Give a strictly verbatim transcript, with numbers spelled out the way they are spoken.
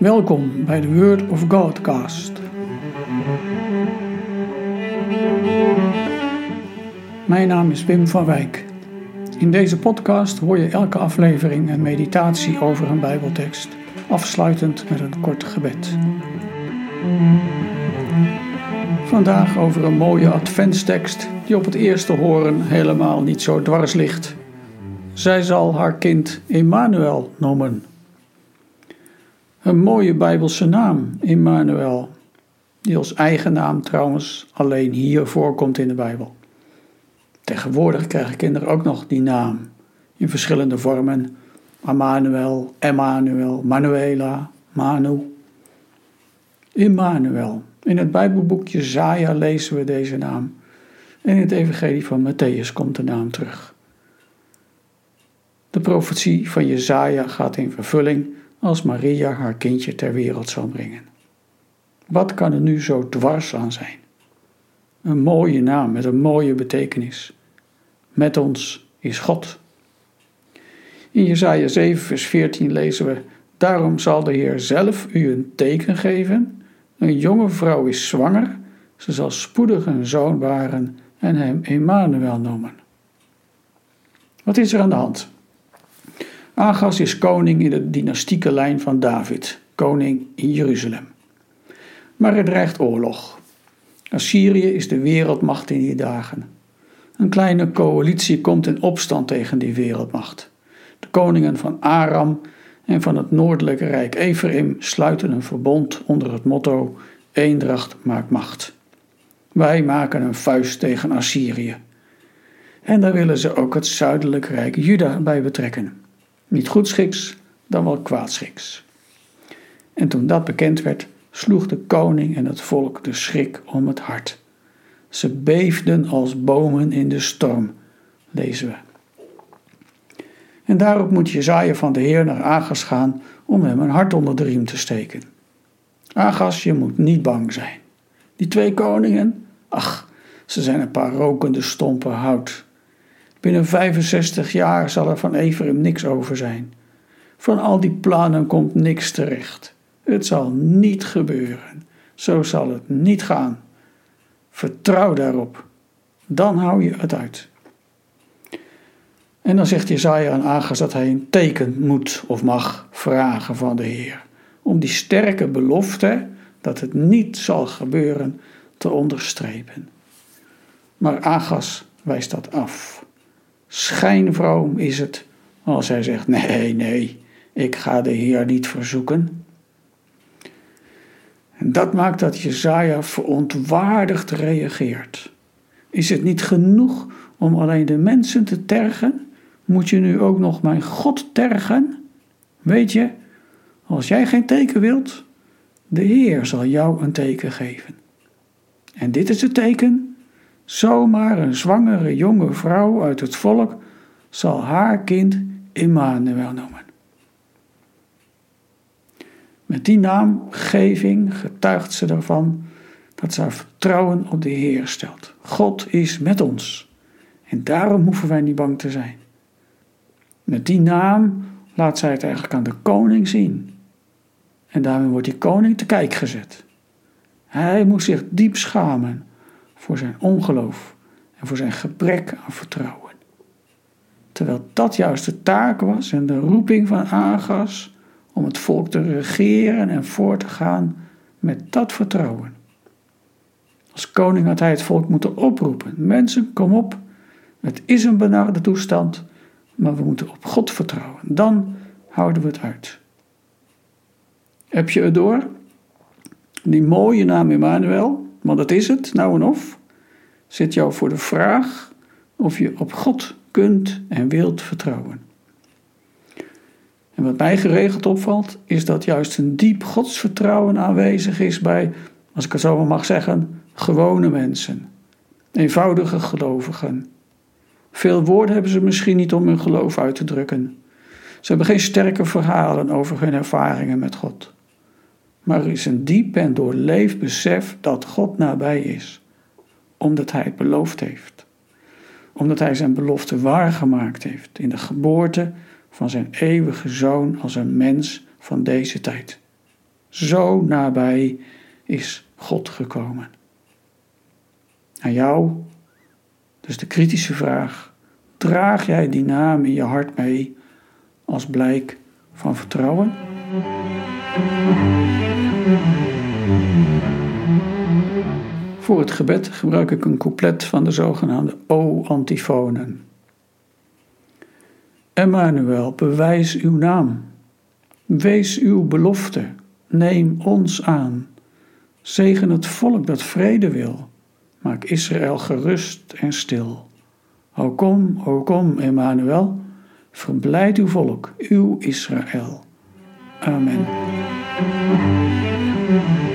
Welkom bij de Word of Godcast. Mijn naam is Wim van Wijk. In deze podcast hoor je elke aflevering een meditatie over een Bijbeltekst, afsluitend met een kort gebed. Vandaag over een mooie adventstekst die op het eerste horen helemaal niet zo dwars ligt. Zij zal haar kind Immanuel noemen. Een mooie Bijbelse naam, Immanuel, die als eigen naam trouwens alleen hier voorkomt in de Bijbel. Tegenwoordig krijgen kinderen ook nog die naam in verschillende vormen. Emmanuel, Emmanuel, Manuela, Manu. Immanuel. In het Bijbelboek Jesaja lezen we deze naam. En in het evangelie van Mattheüs komt de naam terug. De profetie van Jesaja gaat in vervulling als Maria haar kindje ter wereld zal brengen. Wat kan er nu zo dwars aan zijn? Een mooie naam met een mooie betekenis. Met ons is God. In Jesaja zeven vers veertien lezen we: Daarom zal de Heer zelf u een teken geven. Een jonge vrouw is zwanger. Ze zal spoedig een zoon baren en hem Immanuel noemen. Wat is er aan de hand? Achaz is koning in de dynastieke lijn van David, koning in Jeruzalem. Maar er dreigt oorlog. Assyrië is de wereldmacht in die dagen. Een kleine coalitie komt in opstand tegen die wereldmacht. De koningen van Aram en van het noordelijke rijk Ephraim sluiten een verbond onder het motto: eendracht maakt macht. Wij maken een vuist tegen Assyrië. En daar willen ze ook het zuidelijke rijk Juda bij betrekken. Niet goedschiks, dan wel kwaadschiks. En toen dat bekend werd, sloeg de koning en het volk de schrik om het hart. Ze beefden als bomen in de storm, lezen we. En daarop moet Jesaja van de Heer naar Achaz gaan om hem een hart onder de riem te steken. Achaz, je moet niet bang zijn. Die twee koningen, ach, ze zijn een paar rokende stompen hout. Binnen vijfenzestig jaar zal er van Ephraim niks over zijn. Van al die plannen komt niks terecht. Het zal niet gebeuren. Zo zal het niet gaan. Vertrouw daarop. Dan hou je het uit. En dan zegt Jesaja aan Achaz dat hij een teken moet of mag vragen van de Heer. Om die sterke belofte dat het niet zal gebeuren te onderstrepen. Maar Achaz wijst dat af. Schijnvroom is het als hij zegt: nee, nee, ik ga de Heer niet verzoeken. En dat maakt dat Jesaja verontwaardigd reageert. Is het niet genoeg om alleen de mensen te tergen? Moet je nu ook nog mijn God tergen? Weet je, als jij geen teken wilt, de Heer zal jou een teken geven. En dit is het teken: zomaar een zwangere jonge vrouw uit het volk zal haar kind Immanuel noemen. Met die naamgeving getuigt ze ervan dat ze haar vertrouwen op de Heer stelt. God is met ons en daarom hoeven wij niet bang te zijn. Met die naam laat zij het eigenlijk aan de koning zien. En daarmee wordt die koning te kijk gezet. Hij moet zich diep schamen voor zijn ongeloof en voor zijn gebrek aan vertrouwen. Terwijl dat juist de taak was en de roeping van Achaz om het volk te regeren en voor te gaan met dat vertrouwen. Als koning had hij het volk moeten oproepen: mensen, kom op, het is een benarde toestand, maar we moeten op God vertrouwen. Dan houden we het uit. Heb je het door? Die mooie naam Immanuel, want dat is het, nou en of, zit jou voor de vraag of je op God kunt en wilt vertrouwen. En wat mij geregeld opvalt, is dat juist een diep godsvertrouwen aanwezig is bij, als ik het zo maar mag zeggen, gewone mensen. Eenvoudige gelovigen. Veel woorden hebben ze misschien niet om hun geloof uit te drukken. Ze hebben geen sterke verhalen over hun ervaringen met God. Maar er is een diep en doorleefd besef dat God nabij is, omdat hij het beloofd heeft. Omdat hij zijn belofte waargemaakt heeft in de geboorte van zijn eeuwige zoon als een mens van deze tijd. Zo nabij is God gekomen. Aan jou, dus de kritische vraag, draag jij die naam in je hart mee als blijk van vertrouwen? Voor het gebed gebruik ik een couplet van de zogenaamde O-antifonen. Emmanuel, bewijs uw naam. Wees uw belofte. Neem ons aan. Zegen het volk dat vrede wil. Maak Israël gerust en stil. O kom, o kom, Emmanuel. Verblijd uw volk, uw Israël. Amen.